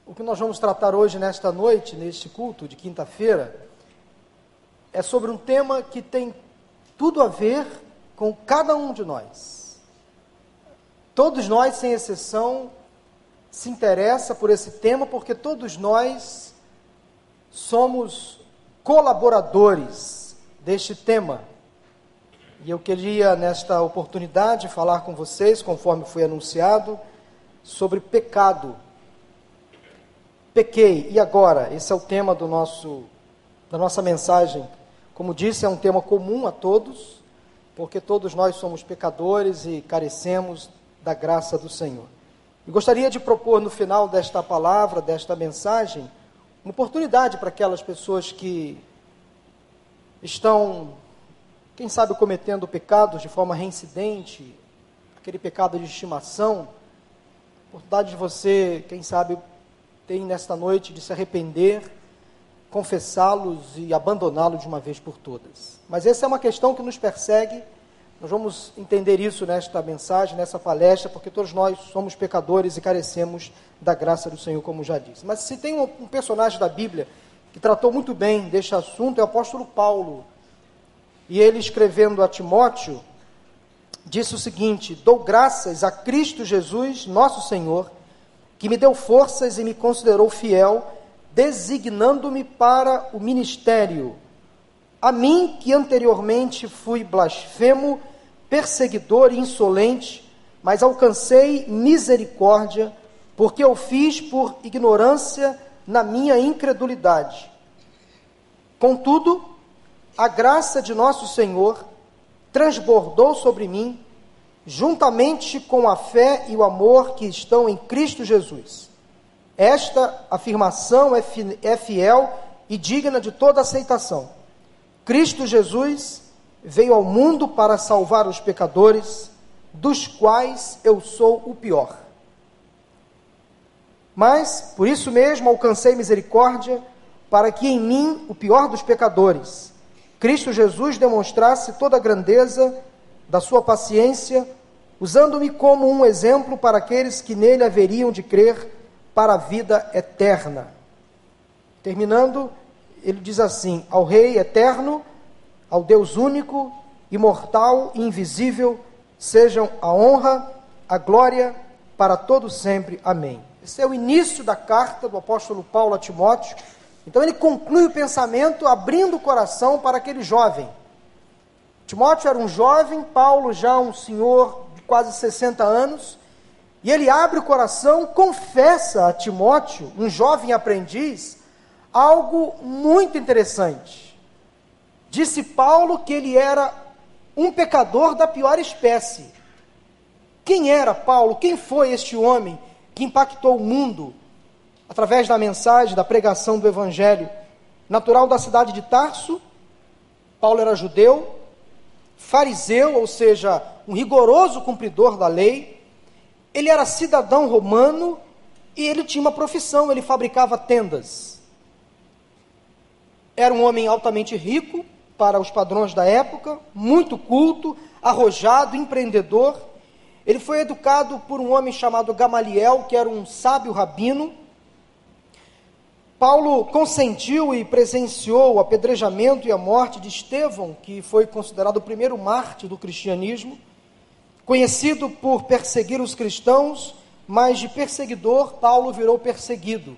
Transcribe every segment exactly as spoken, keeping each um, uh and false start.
O que nós vamos tratar hoje, nesta noite, neste culto de quinta-feira, é sobre um tema que tem tudo a ver com cada um de nós. Todos nós, sem exceção, se interessa por esse tema, porque todos nós somos colaboradores deste tema. E eu queria, nesta oportunidade, falar com vocês, conforme foi anunciado, sobre pecado. Pequei, e agora? Esse é o tema do nosso, da nossa mensagem. Como disse, é um tema comum a todos, porque todos nós somos pecadores e carecemos da graça do Senhor. E gostaria de propor no final desta palavra, desta mensagem, uma oportunidade para aquelas pessoas que estão, quem sabe, cometendo pecados de forma reincidente, aquele pecado de estimação, oportunidade de você, quem sabe, tem nesta noite de se arrepender, confessá-los e abandoná-los de uma vez por todas. Mas essa é uma questão que nos persegue. Nós vamos entender isso nesta mensagem, nessa palestra, porque todos nós somos pecadores e carecemos da graça do Senhor, como já disse. Mas se tem um, um personagem da Bíblia que tratou muito bem deste assunto, é o apóstolo Paulo. E ele, escrevendo a Timóteo, disse o seguinte: dou graças a Cristo Jesus, nosso Senhor, que me deu forças e me considerou fiel, designando-me para o ministério. A mim, que anteriormente fui blasfemo, perseguidor e insolente, mas alcancei misericórdia, porque eu fiz por ignorância na minha incredulidade. Contudo, a graça de nosso Senhor transbordou sobre mim, juntamente com a fé e o amor que estão em Cristo Jesus. Esta afirmação é, fi, é fiel e digna de toda aceitação. Cristo Jesus veio ao mundo para salvar os pecadores, dos quais eu sou o pior. Mas, por isso mesmo, alcancei misericórdia, para que em mim, o pior dos pecadores, Cristo Jesus demonstrasse toda a grandeza da sua paciência, usando-me como um exemplo para aqueles que nele haveriam de crer para a vida eterna. Terminando, ele diz assim: ao Rei eterno, ao Deus único, imortal e invisível, sejam a honra, a glória para todo sempre. Amém. Esse é o início da carta do apóstolo Paulo a Timóteo. Então ele conclui o pensamento abrindo o coração para aquele jovem. Timóteo era um jovem, Paulo já um senhor de quase sessenta anos, e ele abre o coração, confessa a Timóteo, um jovem aprendiz, algo muito interessante. Disse Paulo que ele era um pecador da pior espécie. Quem era Paulo? Quem foi este homem que impactou o mundo através da mensagem, da pregação do Evangelho? Natural da cidade de Tarso, Paulo era judeu, fariseu, ou seja, um rigoroso cumpridor da lei. Ele era cidadão romano e ele tinha uma profissão, ele fabricava tendas. Era um homem altamente rico para os padrões da época, muito culto, arrojado, empreendedor. Ele foi educado por um homem chamado Gamaliel, que era um sábio rabino. Paulo consentiu e presenciou o apedrejamento e a morte de Estevão, que foi considerado o primeiro mártir do cristianismo, conhecido por perseguir os cristãos, mas de perseguidor, Paulo virou perseguido.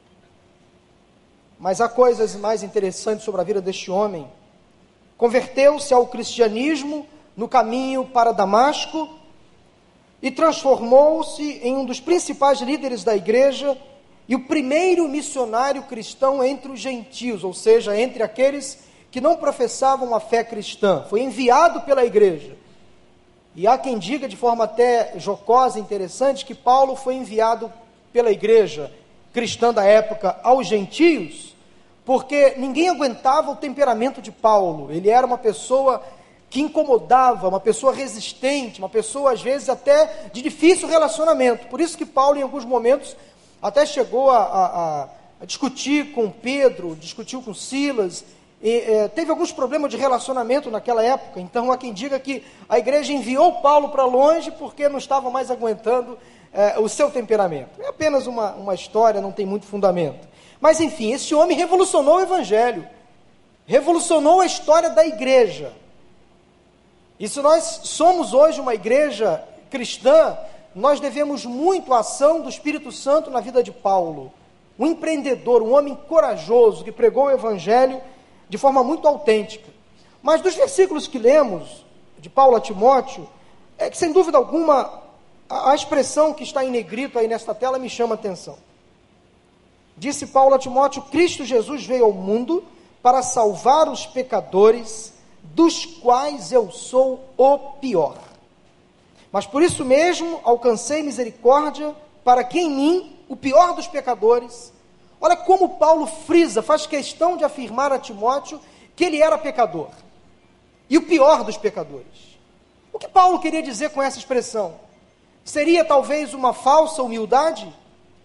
Mas há coisas mais interessantes sobre a vida deste homem. Converteu-se ao cristianismo no caminho para Damasco e transformou-se em um dos principais líderes da igreja e o primeiro missionário cristão entre os gentios, ou seja, entre aqueles que não professavam a fé cristã. Foi enviado pela igreja. E há quem diga de forma até jocosa e interessante que Paulo foi enviado pela igreja cristã da época aos gentios, porque ninguém aguentava o temperamento de Paulo. Ele era uma pessoa que incomodava, uma pessoa resistente, uma pessoa às vezes até de difícil relacionamento. Por isso que Paulo em alguns momentos até chegou a, a, a discutir com Pedro, discutiu com Silas, e, é, teve alguns problemas de relacionamento naquela época. Então há quem diga que a igreja enviou Paulo para longe porque não estava mais aguentando é, o seu temperamento. É apenas uma, uma história, não tem muito fundamento. Mas enfim, esse homem revolucionou o evangelho, revolucionou a história da igreja. E se nós somos hoje uma igreja cristã, nós devemos muito à ação do Espírito Santo na vida de Paulo, um empreendedor, um homem corajoso que pregou o evangelho de forma muito autêntica. Mas dos versículos que lemos de Paulo a Timóteo, é que sem dúvida alguma a, a expressão que está em negrito aí nesta tela me chama a atenção. Disse Paulo a Timóteo: Cristo Jesus veio ao mundo para salvar os pecadores, dos quais eu sou o pior. Mas por isso mesmo alcancei misericórdia, para que em mim, o pior dos pecadores... Olha como Paulo frisa, faz questão de afirmar a Timóteo que ele era pecador, e o pior dos pecadores. O que Paulo queria dizer com essa expressão? Seria talvez uma falsa humildade?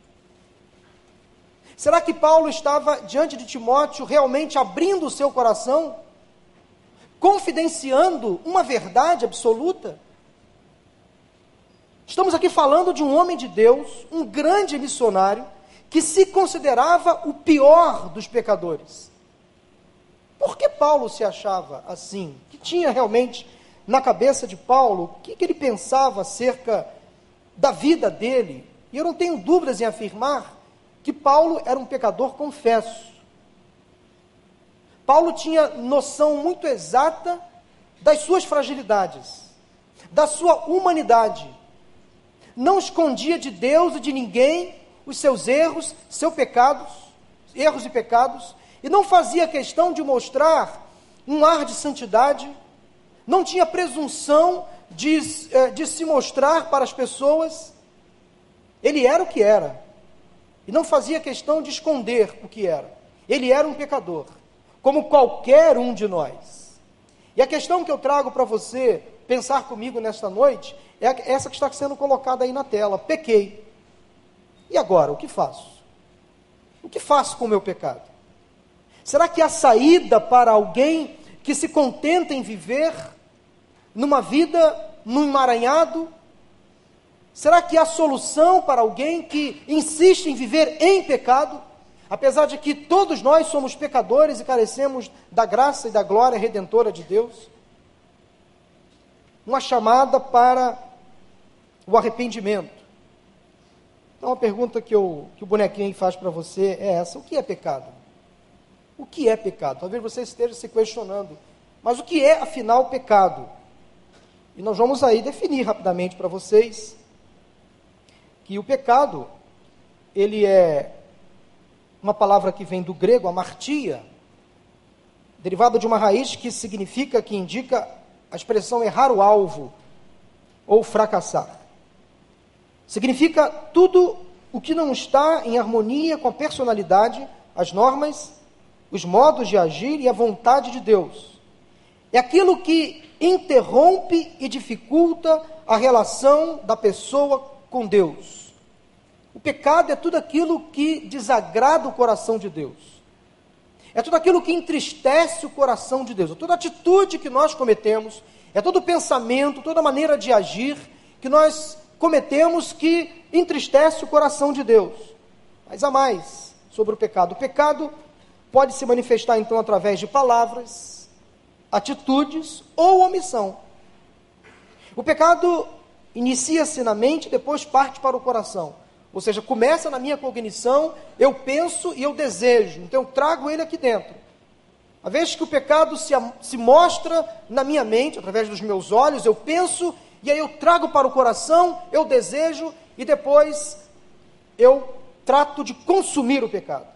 Será que Paulo estava diante de Timóteo realmente abrindo o seu coração, confidenciando uma verdade absoluta? Estamos aqui falando de um homem de Deus, um grande missionário, que se considerava o pior dos pecadores. Por que Paulo se achava assim? O que tinha realmente na cabeça de Paulo? O que, que ele pensava acerca da vida dele? E eu não tenho dúvidas em afirmar que Paulo era um pecador confesso. Paulo tinha noção muito exata das suas fragilidades, da sua humanidade. Não escondia de Deus e de ninguém os seus erros, seus pecados, erros e pecados, e não fazia questão de mostrar um ar de santidade, não tinha presunção de, de se mostrar para as pessoas. Ele era o que era, e não fazia questão de esconder o que era. Ele era um pecador, como qualquer um de nós. E a questão que eu trago para você pensar comigo nesta noite, é essa que está sendo colocada aí na tela: pequei. E agora, o que faço? O que faço com o meu pecado? Será que há saída para alguém que se contenta em viver numa vida, num emaranhado? Será que há solução para alguém que insiste em viver em pecado, apesar de que todos nós somos pecadores e carecemos da graça e da glória redentora de Deus? Uma chamada para o arrependimento. Então a pergunta que, eu, que o bonequinho faz para você é essa: o que é pecado? O que é pecado? Talvez você esteja se questionando, mas o que é afinal pecado? E nós vamos aí definir rapidamente para vocês que o pecado, ele é uma palavra que vem do grego, amartia, derivada de uma raiz que significa, que indica a expressão errar o alvo ou fracassar. Significa tudo o que não está em harmonia com a personalidade, as normas, os modos de agir e a vontade de Deus. É aquilo que interrompe e dificulta a relação da pessoa com Deus. O pecado é tudo aquilo que desagrada o coração de Deus. É tudo aquilo que entristece o coração de Deus. É toda atitude que nós cometemos, é todo pensamento, toda maneira de agir que nós cometemos que entristece o coração de Deus. Mas há mais sobre o pecado. O pecado pode se manifestar então através de palavras, atitudes ou omissão. O pecado inicia-se na mente, depois parte para o coração. Ou seja, começa na minha cognição, eu penso e eu desejo, então eu trago ele aqui dentro. A vez que o pecado se, se mostra na minha mente, através dos meus olhos, eu penso, e aí eu trago para o coração, eu desejo, e depois eu trato de consumir o pecado.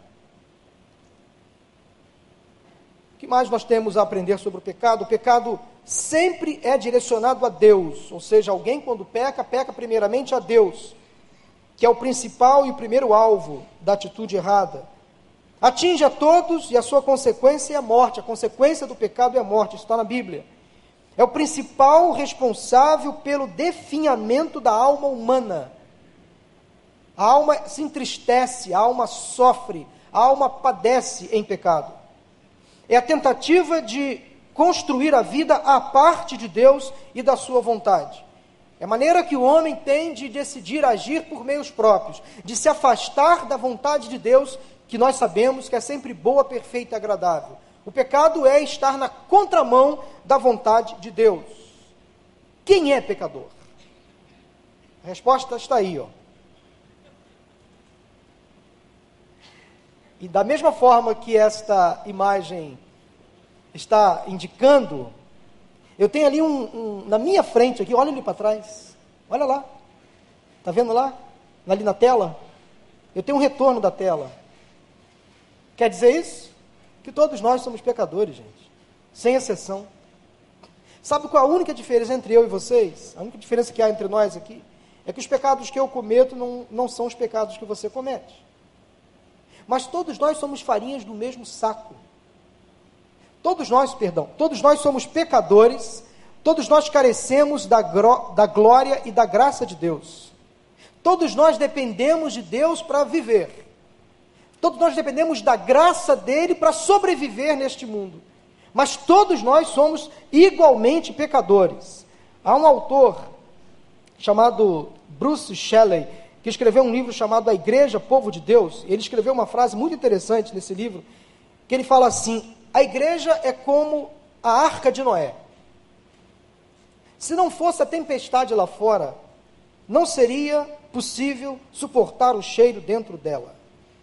O que mais nós temos a aprender sobre o pecado? O pecado sempre é direcionado a Deus, ou seja, alguém quando peca, peca primeiramente a Deus, que é o principal e o primeiro alvo da atitude errada. Atinge a todos e a sua consequência é a morte. A consequência do pecado é a morte, isso está na Bíblia. É o principal responsável pelo definhamento da alma humana. A alma se entristece, a alma sofre, a alma padece em pecado. É a tentativa de construir a vida à parte de Deus e da sua vontade. É a maneira que o homem tem de decidir agir por meios próprios, de se afastar da vontade de Deus, que nós sabemos que é sempre boa, perfeita e agradável. O pecado é estar na contramão da vontade de Deus. Quem é pecador? A resposta está aí, ó. E da mesma forma que esta imagem está indicando, eu tenho ali um, um na minha frente aqui, olha ali para trás, olha lá, está vendo lá? Ali na tela? Eu tenho um retorno da tela. Quer dizer isso? Que todos nós somos pecadores, gente, sem exceção. Sabe qual a única diferença entre eu e vocês? A única diferença que há entre nós aqui é que os pecados que eu cometo não, não são os pecados que você comete. Mas todos nós somos farinhas do mesmo saco. Todos nós, perdão, todos nós somos pecadores, todos nós carecemos da, gro- da glória e da graça de Deus. Todos nós dependemos de Deus para viver. Todos nós dependemos da graça dele para sobreviver neste mundo. Mas todos nós somos igualmente pecadores. Há um autor chamado Bruce Shelley, que escreveu um livro chamado A Igreja, Povo de Deus. Ele escreveu uma frase muito interessante nesse livro, que ele fala assim: a igreja é como a arca de Noé. Se não fosse a tempestade lá fora, não seria possível suportar o cheiro dentro dela.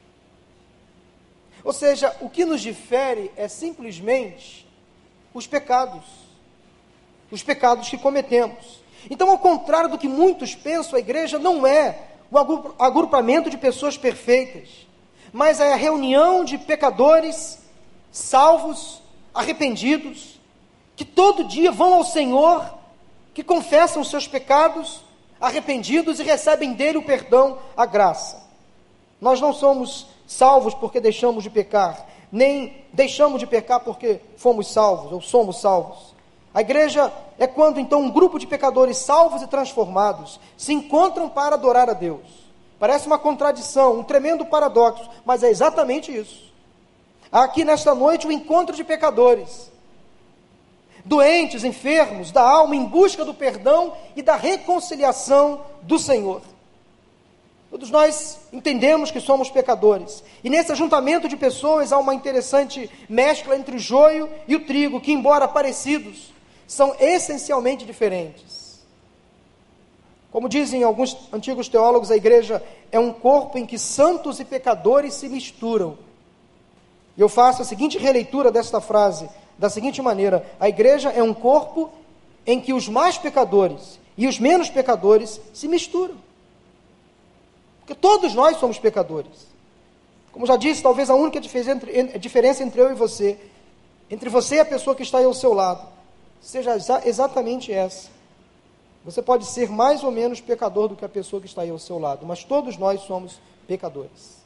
Ou seja, o que nos difere é simplesmente os pecados, os pecados que cometemos. Então, ao contrário do que muitos pensam, a igreja não é um agrupamento de pessoas perfeitas, mas é a reunião de pecadores salvos, arrependidos, que todo dia vão ao Senhor, que confessam os seus pecados, arrependidos, e recebem dele o perdão, a graça. Nós não somos salvos porque deixamos de pecar, nem deixamos de pecar porque fomos salvos, ou somos salvos. A igreja é quando então um grupo de pecadores salvos e transformados se encontram para adorar a Deus. Parece uma contradição, um tremendo paradoxo, mas é exatamente isso. Há aqui nesta noite o encontro de pecadores, doentes, enfermos da alma, em busca do perdão e da reconciliação do Senhor. Todos nós entendemos que somos pecadores, e nesse ajuntamento de pessoas há uma interessante mescla entre o joio e o trigo, que embora parecidos, são essencialmente diferentes. Como dizem alguns antigos teólogos, a igreja é um corpo em que santos e pecadores se misturam. E eu faço a seguinte releitura desta frase, da seguinte maneira: a igreja é um corpo em que os mais pecadores e os menos pecadores se misturam. Porque todos nós somos pecadores. Como já disse, talvez a única diferença entre, a diferença entre eu e você, entre você e a pessoa que está aí ao seu lado, seja exa- exatamente essa. Você pode ser mais ou menos pecador do que a pessoa que está aí ao seu lado, mas todos nós somos pecadores.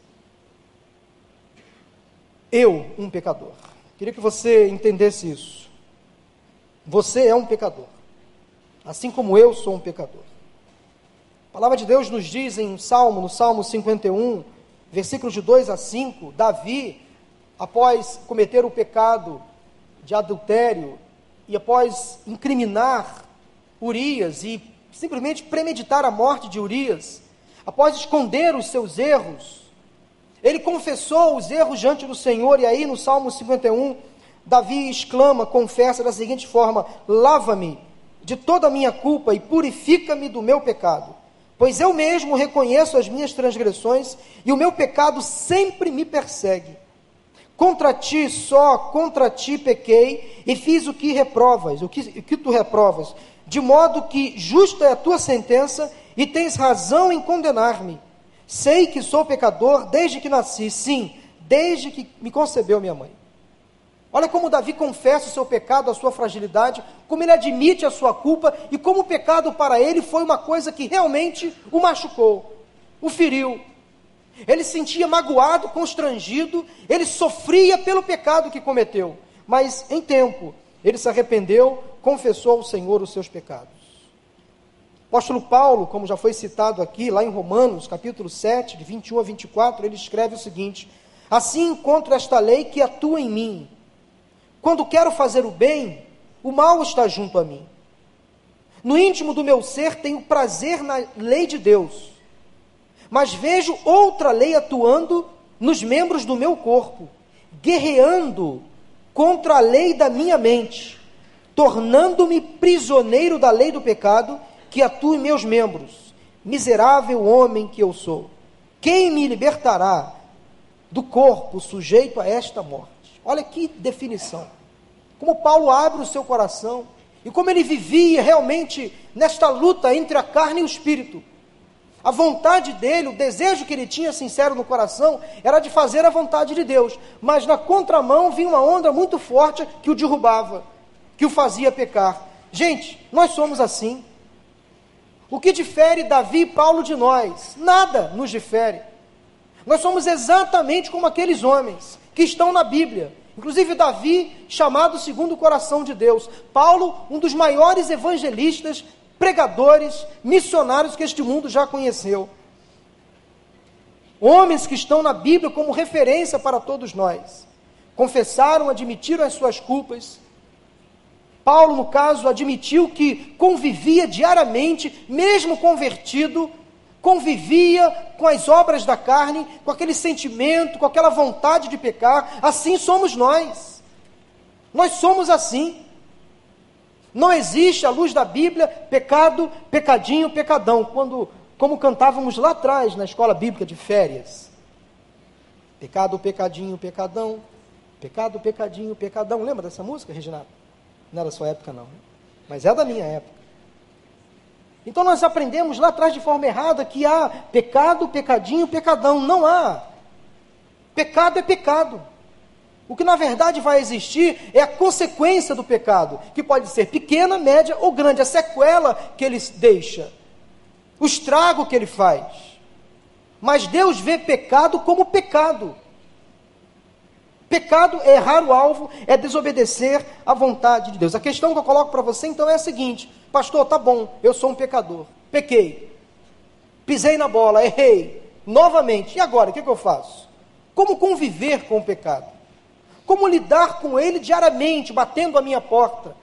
Eu, um pecador. Queria que você entendesse isso. Você é um pecador, assim como eu sou um pecador. A palavra de Deus nos diz em um Salmo, no Salmo cinquenta e um, versículos de dois a cinco, Davi, após cometer o pecado de adultério, e após incriminar Urias e simplesmente premeditar a morte de Urias, após esconder os seus erros, ele confessou os erros diante do Senhor, e aí no Salmo cinquenta e um, Davi exclama, confessa da seguinte forma: lava-me de toda a minha culpa e purifica-me do meu pecado, pois eu mesmo reconheço as minhas transgressões e o meu pecado sempre me persegue. Contra ti, só contra ti pequei e fiz o que reprovas, o que, o que tu reprovas, de modo que justa é a tua sentença e tens razão em condenar-me. Sei que sou pecador desde que nasci, sim, desde que me concebeu minha mãe. Olha como Davi confessa o seu pecado, a sua fragilidade, como ele admite a sua culpa e como o pecado para ele foi uma coisa que realmente o machucou, o feriu. Ele se sentia magoado, constrangido, ele sofria pelo pecado que cometeu, mas em tempo ele se arrependeu, confessou ao Senhor os seus pecados. O apóstolo Paulo, como já foi citado aqui, lá em Romanos, capítulo sete, de vinte e um a vinte e quatro, ele escreve o seguinte: assim encontro esta lei que atua em mim. Quando quero fazer o bem, o mal está junto a mim. No íntimo do meu ser tenho prazer na lei de Deus, mas vejo outra lei atuando nos membros do meu corpo, guerreando contra a lei da minha mente, tornando-me prisioneiro da lei do pecado que atua em meus membros. Miserável homem que eu sou, quem me libertará do corpo sujeito a esta morte? Olha que definição, como Paulo abre o seu coração, e como ele vivia realmente nesta luta entre a carne e o espírito. A vontade dele, o desejo que ele tinha sincero no coração, era de fazer a vontade de Deus, mas na contramão vinha uma onda muito forte que o derrubava, que o fazia pecar. Gente, nós somos assim. O que difere Davi e Paulo de nós? Nada nos difere. Nós somos exatamente como aqueles homens que estão na Bíblia. Inclusive Davi, chamado segundo o coração de Deus. Paulo, um dos maiores evangelistas, pregadores, missionários que este mundo já conheceu. Homens que estão na Bíblia como referência para todos nós. Confessaram, admitiram as suas culpas. Paulo, no caso, admitiu que convivia diariamente, mesmo convertido, convivia com as obras da carne, com aquele sentimento, com aquela vontade de pecar. Assim somos nós. Nós somos assim. Não existe, à luz da Bíblia, pecado, pecadinho, pecadão, quando, como cantávamos lá atrás, na escola bíblica de férias. Pecado, pecadinho, pecadão, pecado, pecadinho, pecadão. Lembra dessa música, Reginaldo? Não é da sua época, não, mas é da minha época. Então nós aprendemos lá atrás de forma errada que há pecado, pecadinho, pecadão. Não há. Pecado é pecado. O que na verdade vai existir é a consequência do pecado, que pode ser pequena, média ou grande, a sequela que ele deixa, o estrago que ele faz. Mas Deus vê pecado como pecado. Pecado é errar o alvo, é desobedecer à vontade de Deus. A questão que eu coloco para você então é a seguinte: pastor, tá bom, eu sou um pecador, pequei, pisei na bola, errei, novamente, e agora, o que, que eu faço? Como conviver com o pecado? Como lidar com ele diariamente, batendo a minha porta,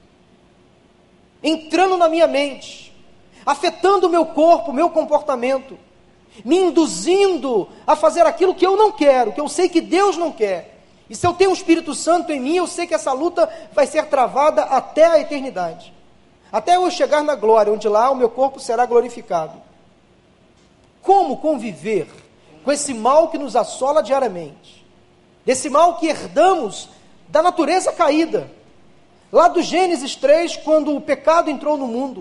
entrando na minha mente, afetando o meu corpo, o meu comportamento, me induzindo a fazer aquilo que eu não quero, que eu sei que Deus não quer. E se eu tenho o Espírito Santo em mim, eu sei que essa luta vai ser travada até a eternidade. Até eu chegar na glória, onde lá o meu corpo será glorificado. Como conviver com esse mal que nos assola diariamente? Desse mal que herdamos da natureza caída. Lá do Gênesis três, quando o pecado entrou no mundo.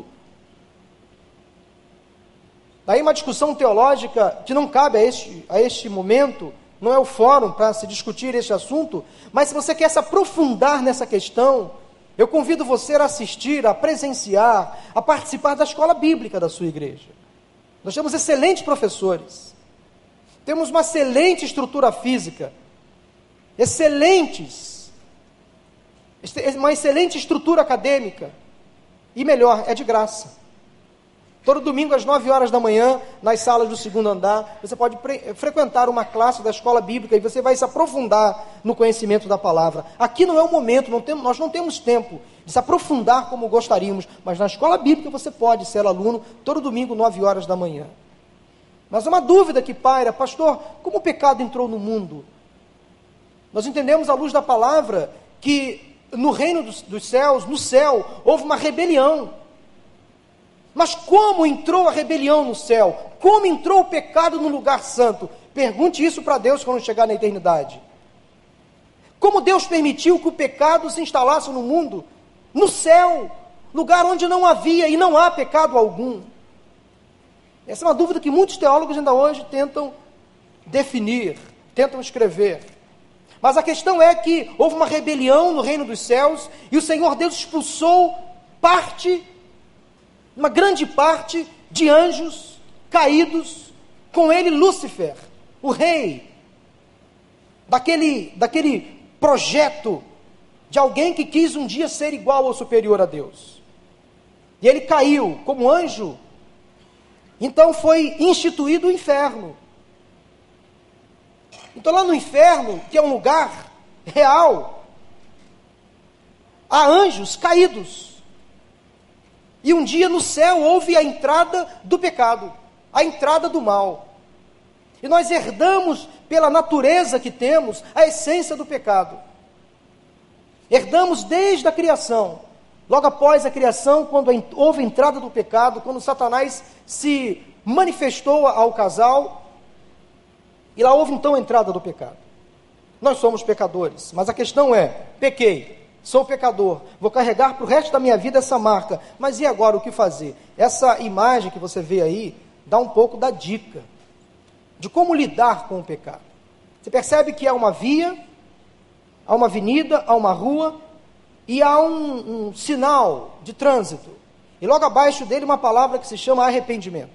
Daí uma discussão teológica que não cabe a este, a este momento, não é o fórum para se discutir este assunto, mas se você quer se aprofundar nessa questão, eu convido você a assistir, a presenciar, a participar da escola bíblica da sua igreja. Nós temos excelentes professores, temos uma excelente estrutura física, excelentes, uma excelente estrutura acadêmica, e melhor, é de graça. Todo domingo às nove horas da manhã, nas salas do segundo andar, você pode pre- frequentar uma classe da escola bíblica e você vai se aprofundar no conhecimento da palavra. Aqui não é o momento, não temos, nós não temos tempo de se aprofundar como gostaríamos, mas na escola bíblica você pode ser aluno todo domingo, nove horas da manhã. Mas uma dúvida que paira: pastor, como o pecado entrou no mundo? Nós entendemos à luz da palavra que no reino dos, dos céus, no céu, houve uma rebelião. Mas como entrou a rebelião no céu? Como entrou o pecado no lugar santo? Pergunte isso para Deus quando chegar na eternidade. Como Deus permitiu que o pecado se instalasse no mundo? No céu, lugar onde não havia e não há pecado algum. Essa é uma dúvida que muitos teólogos ainda hoje tentam definir, tentam escrever. Mas a questão é que houve uma rebelião no reino dos céus e o Senhor Deus expulsou parte, uma grande parte de anjos caídos, com ele Lúcifer, o rei, daquele, daquele projeto de alguém que quis um dia ser igual ou superior a Deus. E ele caiu como anjo, então foi instituído o inferno. Então lá no inferno, que é um lugar real, há anjos caídos. E um dia no céu houve a entrada do pecado, a entrada do mal. E nós herdamos, pela natureza que temos, a essência do pecado. Herdamos desde a criação. Logo após a criação, quando houve a entrada do pecado, quando Satanás se manifestou ao casal, e lá houve então a entrada do pecado. Nós somos pecadores, mas a questão é, pequei, sou pecador, vou carregar para o resto da minha vida essa marca, mas e agora o que fazer? Essa imagem que você vê aí, dá um pouco da dica, de como lidar com o pecado. Você percebe que há uma via, há uma avenida, há uma rua, e há um, um sinal de trânsito, e logo abaixo dele uma palavra que se chama arrependimento.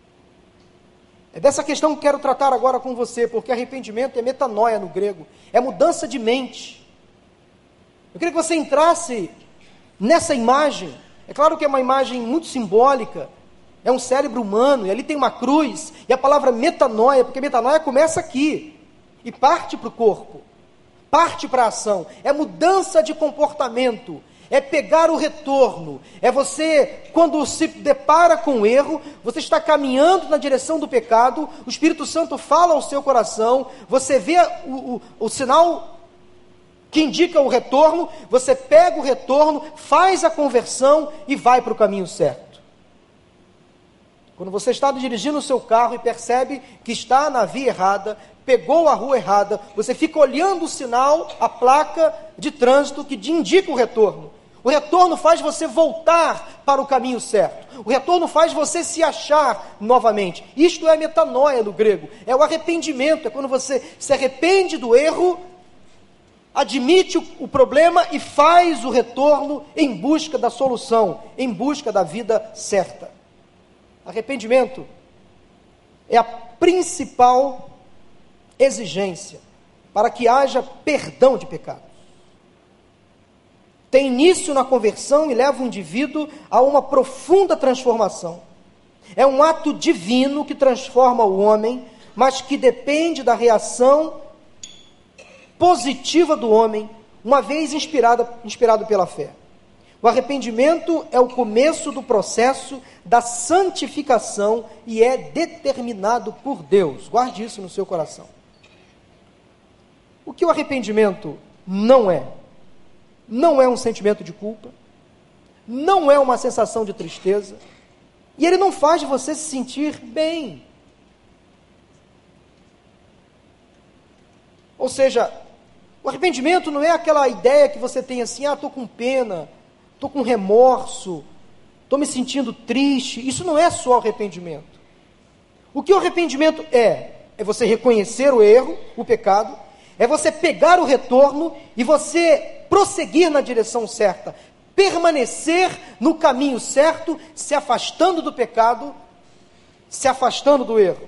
É dessa questão que quero tratar agora com você, porque arrependimento é metanoia no grego, é mudança de mente. Eu queria que você entrasse nessa imagem. É claro que é uma imagem muito simbólica, é um cérebro humano, e ali tem uma cruz, e a palavra metanoia, porque metanoia começa aqui, e parte para o corpo, parte para a ação, é mudança de comportamento, é pegar o retorno, é você, quando se depara com o erro, você está caminhando na direção do pecado, o Espírito Santo fala ao seu coração, você vê o, o, o sinal que indica o retorno, você pega o retorno, faz a conversão e vai para o caminho certo. Quando você está dirigindo o seu carro e percebe que está na via errada, pegou a rua errada, você fica olhando o sinal, a placa de trânsito que te indica o retorno. O retorno faz você voltar para o caminho certo. O retorno faz você se achar novamente. Isto é metanoia no grego. É o arrependimento, é quando você se arrepende do erro, admite o, o problema e faz o retorno em busca da solução, em busca da vida certa. Arrependimento é a principal exigência para que haja perdão de pecados. Tem início na conversão e leva o indivíduo a uma profunda transformação. É um ato divino que transforma o homem, mas que depende da reação positiva do homem, uma vez inspirada, inspirado pela fé. O arrependimento é o começo do processo da santificação e é determinado por Deus. Guarde isso no seu coração. O que o arrependimento não é? Não é um sentimento de culpa, não é uma sensação de tristeza, e ele não faz você se sentir bem. Ou seja, o arrependimento não é aquela ideia que você tem assim, ah, estou com pena, estou com remorso, estou me sentindo triste. Isso não é só arrependimento. O que o arrependimento é? É você reconhecer o erro, o pecado, é você pegar o retorno e você prosseguir na direção certa, permanecer no caminho certo, se afastando do pecado, se afastando do erro.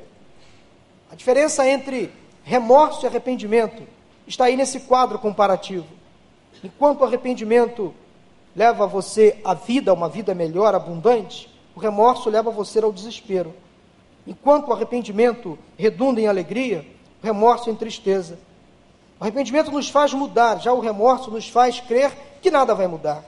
A diferença entre remorso e arrependimento está aí nesse quadro comparativo. Enquanto o arrependimento leva você à vida, uma vida melhor, abundante, o remorso leva você ao desespero. Enquanto o arrependimento redunda em alegria, o remorso em tristeza. O arrependimento nos faz mudar, já o remorso nos faz crer que nada vai mudar.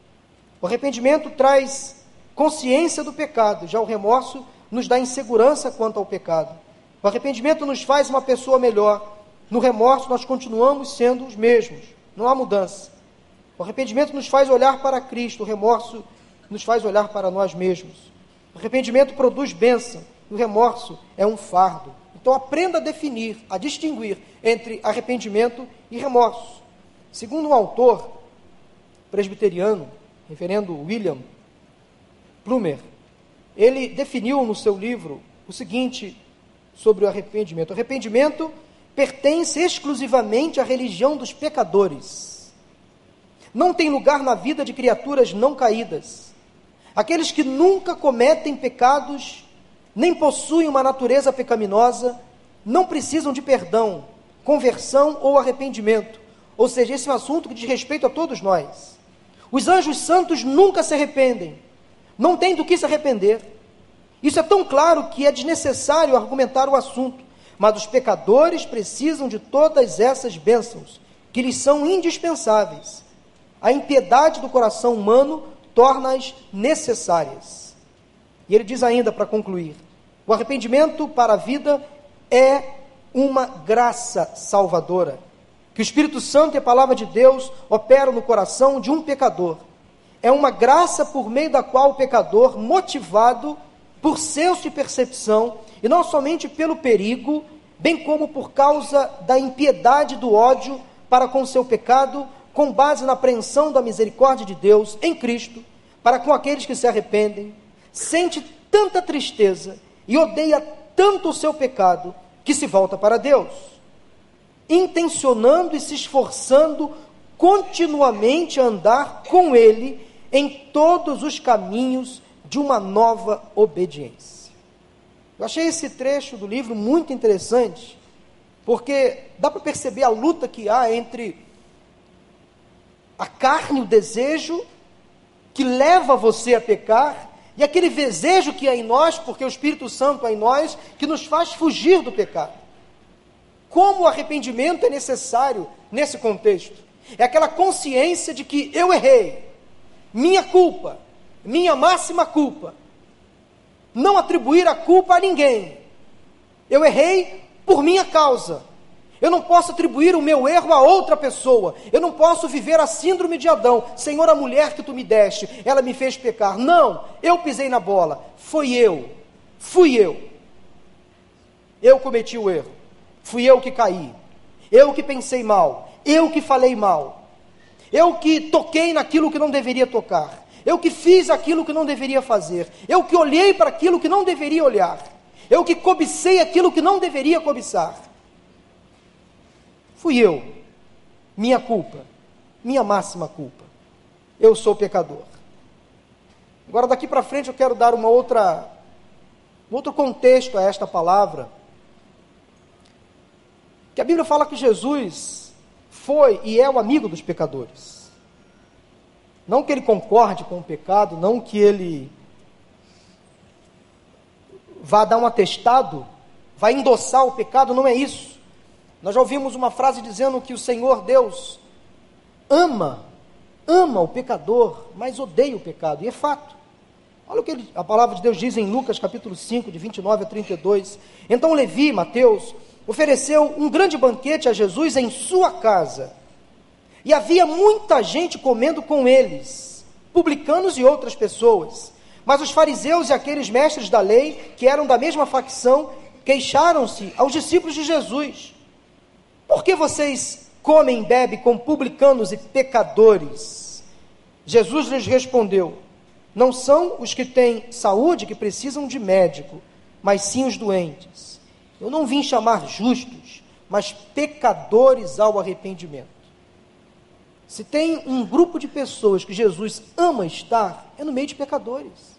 O arrependimento traz consciência do pecado, já o remorso nos dá insegurança quanto ao pecado. O arrependimento nos faz uma pessoa melhor, no remorso nós continuamos sendo os mesmos, não há mudança. O arrependimento nos faz olhar para Cristo, o remorso nos faz olhar para nós mesmos. O arrependimento produz bênção, o remorso é um fardo. Então aprenda a definir, a distinguir entre arrependimento e remorso. Segundo um autor presbiteriano, reverendo William Plumer, ele definiu no seu livro o seguinte sobre o arrependimento: o arrependimento pertence exclusivamente à religião dos pecadores. Não tem lugar na vida de criaturas não caídas. Aqueles que nunca cometem pecados, nem possuem uma natureza pecaminosa, não precisam de perdão, conversão ou arrependimento. Ou seja, esse é um assunto que diz respeito a todos nós. Os anjos santos nunca se arrependem, não tem do que se arrepender. Isso é tão claro que é desnecessário argumentar o assunto, mas os pecadores precisam de todas essas bênçãos, que lhes são indispensáveis. A impiedade do coração humano torna-as necessárias. E ele diz ainda, para concluir, o arrependimento para a vida é uma graça salvadora, que o Espírito Santo e a Palavra de Deus operam no coração de um pecador. É uma graça por meio da qual o pecador, motivado por senso de percepção, e não somente pelo perigo, bem como por causa da impiedade do ódio para com o seu pecado, com base na apreensão da misericórdia de Deus em Cristo, para com aqueles que se arrependem, sente tanta tristeza e odeia tanto o seu pecado, que se volta para Deus, intencionando e se esforçando continuamente a andar com Ele em todos os caminhos de uma nova obediência. Eu achei esse trecho do livro muito interessante, porque dá para perceber a luta que há entre a carne, o desejo que leva você a pecar, e aquele desejo que é em nós, porque o Espírito Santo é em nós, que nos faz fugir do pecado. Como o arrependimento é necessário nesse contexto? É aquela consciência de que eu errei, minha culpa, minha máxima culpa. Não atribuir a culpa a ninguém. Eu errei por minha causa. Eu não posso atribuir o meu erro a outra pessoa. Eu não posso viver a síndrome de Adão. Senhor, a mulher que tu me deste, ela me fez pecar. Não, eu pisei na bola. Foi eu. Fui eu. Eu cometi o erro. Fui eu que caí. Eu que pensei mal. Eu que falei mal. Eu que toquei naquilo que não deveria tocar. Eu que fiz aquilo que não deveria fazer. Eu que olhei para aquilo que não deveria olhar. Eu que cobicei aquilo que não deveria cobiçar. Fui eu, minha culpa, minha máxima culpa. Eu sou pecador. Agora daqui para frente eu quero dar uma outra, um outro contexto a esta palavra. Que a Bíblia fala que Jesus foi e é o amigo dos pecadores. Não que ele concorde com o pecado, não que ele vá dar um atestado, vai endossar o pecado, não é isso. Nós já ouvimos uma frase dizendo que o Senhor Deus ama, ama o pecador, mas odeia o pecado, e é fato. Olha o que ele, a palavra de Deus diz em Lucas capítulo cinco, de vinte e nove a trinta e dois. Então Levi, Mateus, ofereceu um grande banquete a Jesus em sua casa, e havia muita gente comendo com eles, publicanos e outras pessoas. Mas os fariseus e aqueles mestres da lei, que eram da mesma facção, queixaram-se aos discípulos de Jesus: por que vocês comem e bebem com publicanos e pecadores? Jesus lhes respondeu: não são os que têm saúde que precisam de médico, mas sim os doentes. Eu não vim chamar justos, mas pecadores ao arrependimento. Se tem um grupo de pessoas que Jesus ama estar, é no meio de pecadores.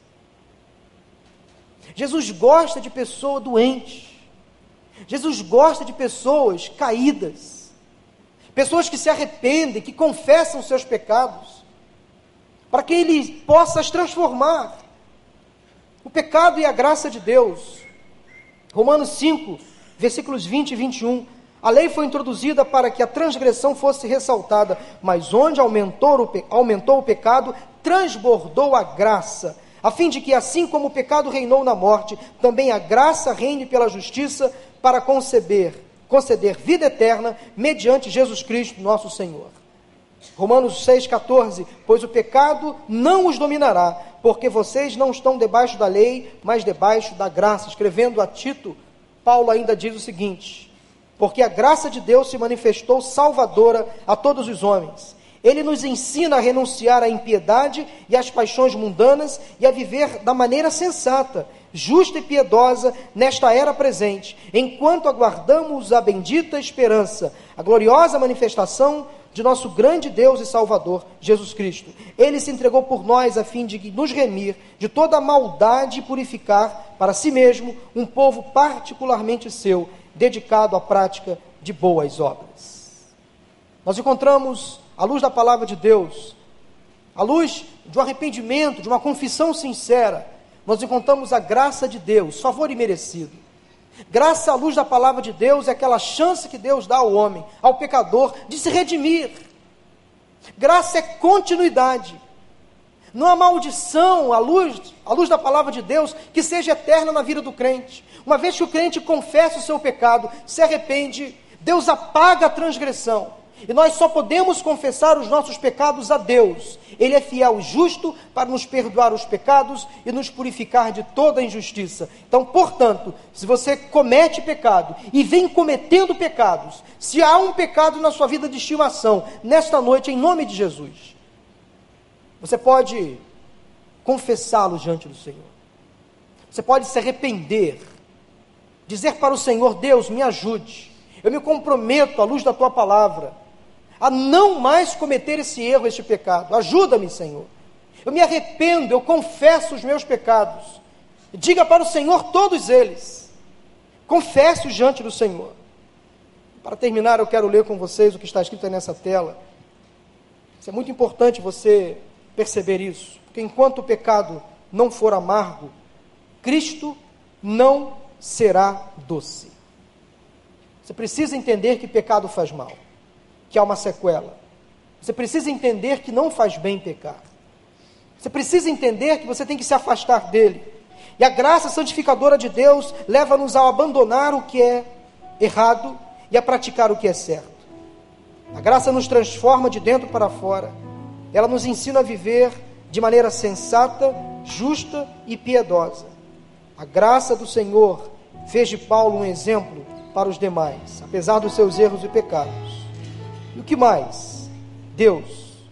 Jesus gosta de pessoa doente. Jesus gosta de pessoas caídas, pessoas que se arrependem, que confessam seus pecados, para que Ele possa as transformar. O pecado e a graça de Deus. Romanos cinco, versículos vinte e vinte e um. A lei foi introduzida para que a transgressão fosse ressaltada, mas onde aumentou o, pe- aumentou o pecado, transbordou a graça, a fim de que, assim como o pecado reinou na morte, também a graça reine pela justiça, para conceber, conceder vida eterna, mediante Jesus Cristo, nosso Senhor. Romanos seis, catorze, pois o pecado não os dominará, porque vocês não estão debaixo da lei, mas debaixo da graça. Escrevendo a Tito, Paulo ainda diz o seguinte: porque a graça de Deus se manifestou salvadora a todos os homens. Ele nos ensina a renunciar à impiedade e às paixões mundanas e a viver da maneira sensata, justa e piedosa nesta era presente, enquanto aguardamos a bendita esperança, a gloriosa manifestação de nosso grande Deus e Salvador, Jesus Cristo. Ele se entregou por nós a fim de nos remir de toda a maldade e purificar para si mesmo um povo particularmente seu, dedicado à prática de boas obras. Nós encontramos, à luz da palavra de Deus, à luz de um arrependimento, de uma confissão sincera, nós encontramos a graça de Deus, favor imerecido. Graça à luz da palavra de Deus é aquela chance que Deus dá ao homem, ao pecador, de se redimir. Graça é continuidade. Não há maldição à luz, à luz da palavra de Deus que seja eterna na vida do crente. Uma vez que o crente confessa o seu pecado, se arrepende, Deus apaga a transgressão. E nós só podemos confessar os nossos pecados a Deus. Ele é fiel e justo para nos perdoar os pecados e nos purificar de toda injustiça. Então, portanto, se você comete pecado e vem cometendo pecados, se há um pecado na sua vida de estimação, nesta noite, em nome de Jesus, você pode confessá-lo diante do Senhor. Você pode se arrepender, dizer para o Senhor: Deus, me ajude. Eu me comprometo à luz da tua palavra a não mais cometer esse erro, este pecado. Ajuda-me, Senhor. Eu me arrependo, eu confesso os meus pecados. Diga para o Senhor todos eles. Confesse-os diante do Senhor. Para terminar, eu quero ler com vocês o que está escrito aí nessa tela. Isso é muito importante você perceber isso, porque enquanto o pecado não for amargo, Cristo não será doce. Você precisa entender que pecado faz mal, que há uma sequela. Você precisa entender que não faz bem pecar. Você precisa entender que você tem que se afastar dele. E a graça santificadora de Deus leva-nos a abandonar o que é errado e a praticar o que é certo. A graça nos transforma de dentro para fora. Ela nos ensina a viver de maneira sensata, justa e piedosa. A graça do Senhor fez de Paulo um exemplo para os demais, apesar dos seus erros e pecados. E o que mais Deus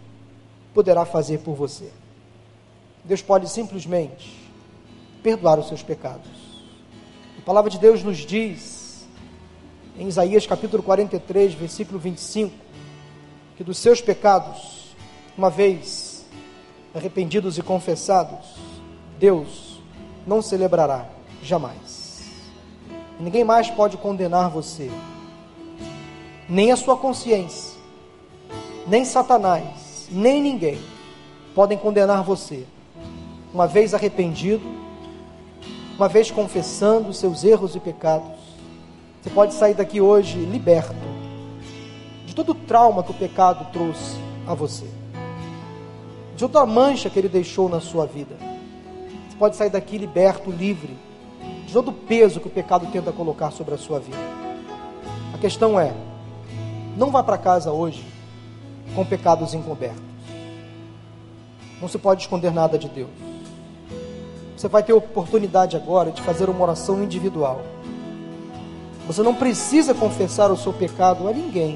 poderá fazer por você? Deus pode simplesmente perdoar os seus pecados. A palavra de Deus nos diz, em Isaías capítulo quarenta e três, versículo vinte e cinco, que dos seus pecados, uma vez arrependidos e confessados, Deus não se lembrará jamais. E ninguém mais pode condenar você, nem a sua consciência, nem Satanás, nem ninguém podem condenar você, uma vez arrependido, uma vez confessando os seus erros e pecados. Você pode sair daqui hoje liberto de todo o trauma que o pecado trouxe a você, de toda a mancha que ele deixou na sua vida. Você pode sair daqui liberto, livre de todo o peso que o pecado tenta colocar sobre a sua vida. A questão é: não vá para casa hoje com pecados encobertos. Não se pode esconder nada de Deus. Você vai ter a oportunidade agora de fazer uma oração individual. Você não precisa confessar o seu pecado a ninguém,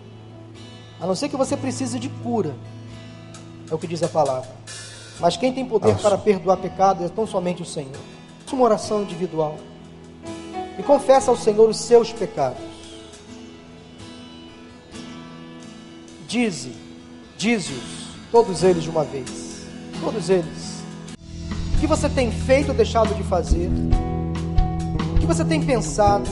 a não ser que você precise de cura, é o que diz a palavra. Mas quem tem poder Nossa. para perdoar pecado é tão somente o Senhor. Faça uma oração individual e confessa ao Senhor os seus pecados. Dize, dize-os, todos eles de uma vez, todos eles. O que você tem feito ou deixado de fazer? O que você tem pensado?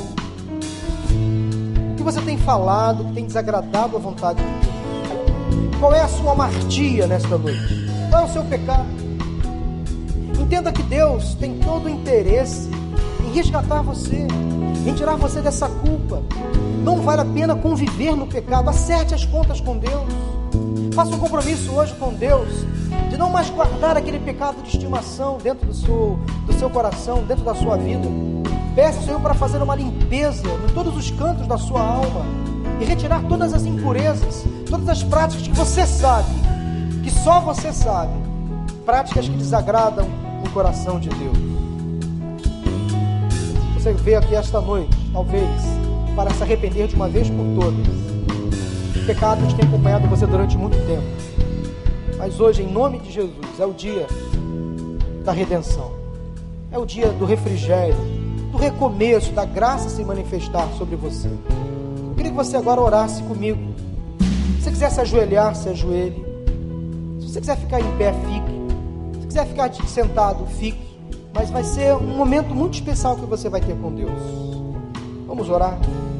O que você tem falado que tem desagradado a vontade de Deus? Qual é a sua amartia nesta noite? Qual é o seu pecado? Entenda que Deus tem todo o interesse em resgatar você, em tirar você dessa culpa. Não vale a pena conviver no pecado. Acerte as contas com Deus. Faça um compromisso hoje com Deus de não mais guardar aquele pecado de estimação dentro do seu, do seu coração, dentro da sua vida. Peça ao Senhor para fazer uma limpeza em todos os cantos da sua alma e retirar todas as impurezas, todas as práticas que você sabe, que só você sabe, práticas que desagradam o coração de Deus. Você veio aqui esta noite, talvez, para se arrepender de uma vez por todas. O pecado tem acompanhado você durante muito tempo. Mas hoje, em nome de Jesus, é o dia da redenção. É o dia do refrigério, do recomeço, da graça se manifestar sobre você. Eu queria que você agora orasse comigo. Se você quiser se ajoelhar, se ajoelhe. Se você quiser ficar em pé, fique. Se quiser ficar sentado, fique. Mas vai ser um momento muito especial que você vai ter com Deus. Vamos orar.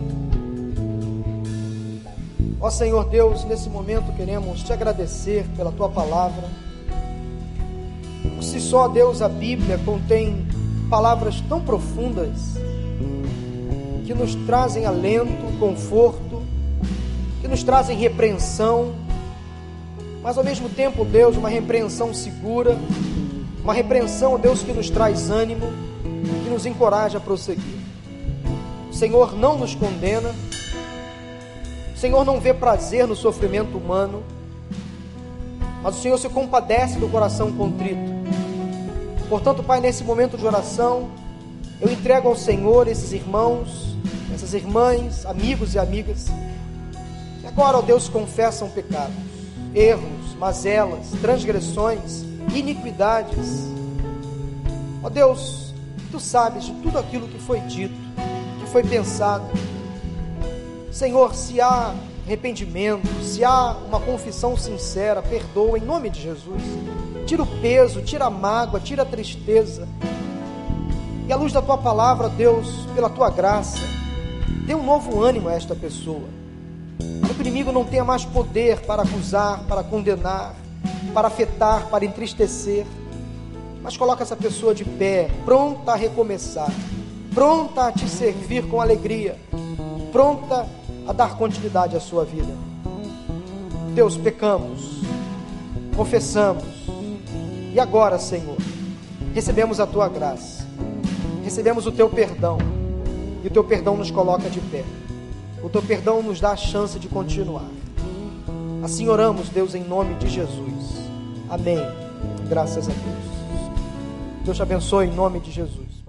Ó Senhor Deus, nesse momento queremos te agradecer pela tua palavra. Por si só, Deus, a Bíblia contém palavras tão profundas que nos trazem alento, conforto, que nos trazem repreensão, mas ao mesmo tempo, Deus, uma repreensão segura, uma repreensão, Deus, que nos traz ânimo, que nos encoraja a prosseguir. O Senhor não nos condena, o Senhor não vê prazer no sofrimento humano, mas o Senhor se compadece do coração contrito. Portanto, Pai, nesse momento de oração, eu entrego ao Senhor esses irmãos, essas irmãs, amigos e amigas, que agora, ó Deus, confessam pecados, erros, mazelas, transgressões, iniquidades. Ó Deus, Tu sabes de tudo aquilo que foi dito, que foi pensado. Senhor, se há arrependimento, se há uma confissão sincera, perdoa em nome de Jesus. Tira o peso, tira a mágoa, tira a tristeza. E à luz da Tua palavra, Deus, pela Tua graça, dê um novo ânimo a esta pessoa. Para que o inimigo não tenha mais poder para acusar, para condenar, para afetar, para entristecer. Mas coloca essa pessoa de pé, pronta a recomeçar, pronta a Te servir com alegria, pronta a dar continuidade à sua vida. Deus, pecamos, confessamos, e agora, Senhor, recebemos a Tua graça, recebemos o Teu perdão, e o Teu perdão nos coloca de pé, o Teu perdão nos dá a chance de continuar. Assim oramos, Deus, em nome de Jesus. Amém. Graças a Deus. Deus te abençoe em nome de Jesus.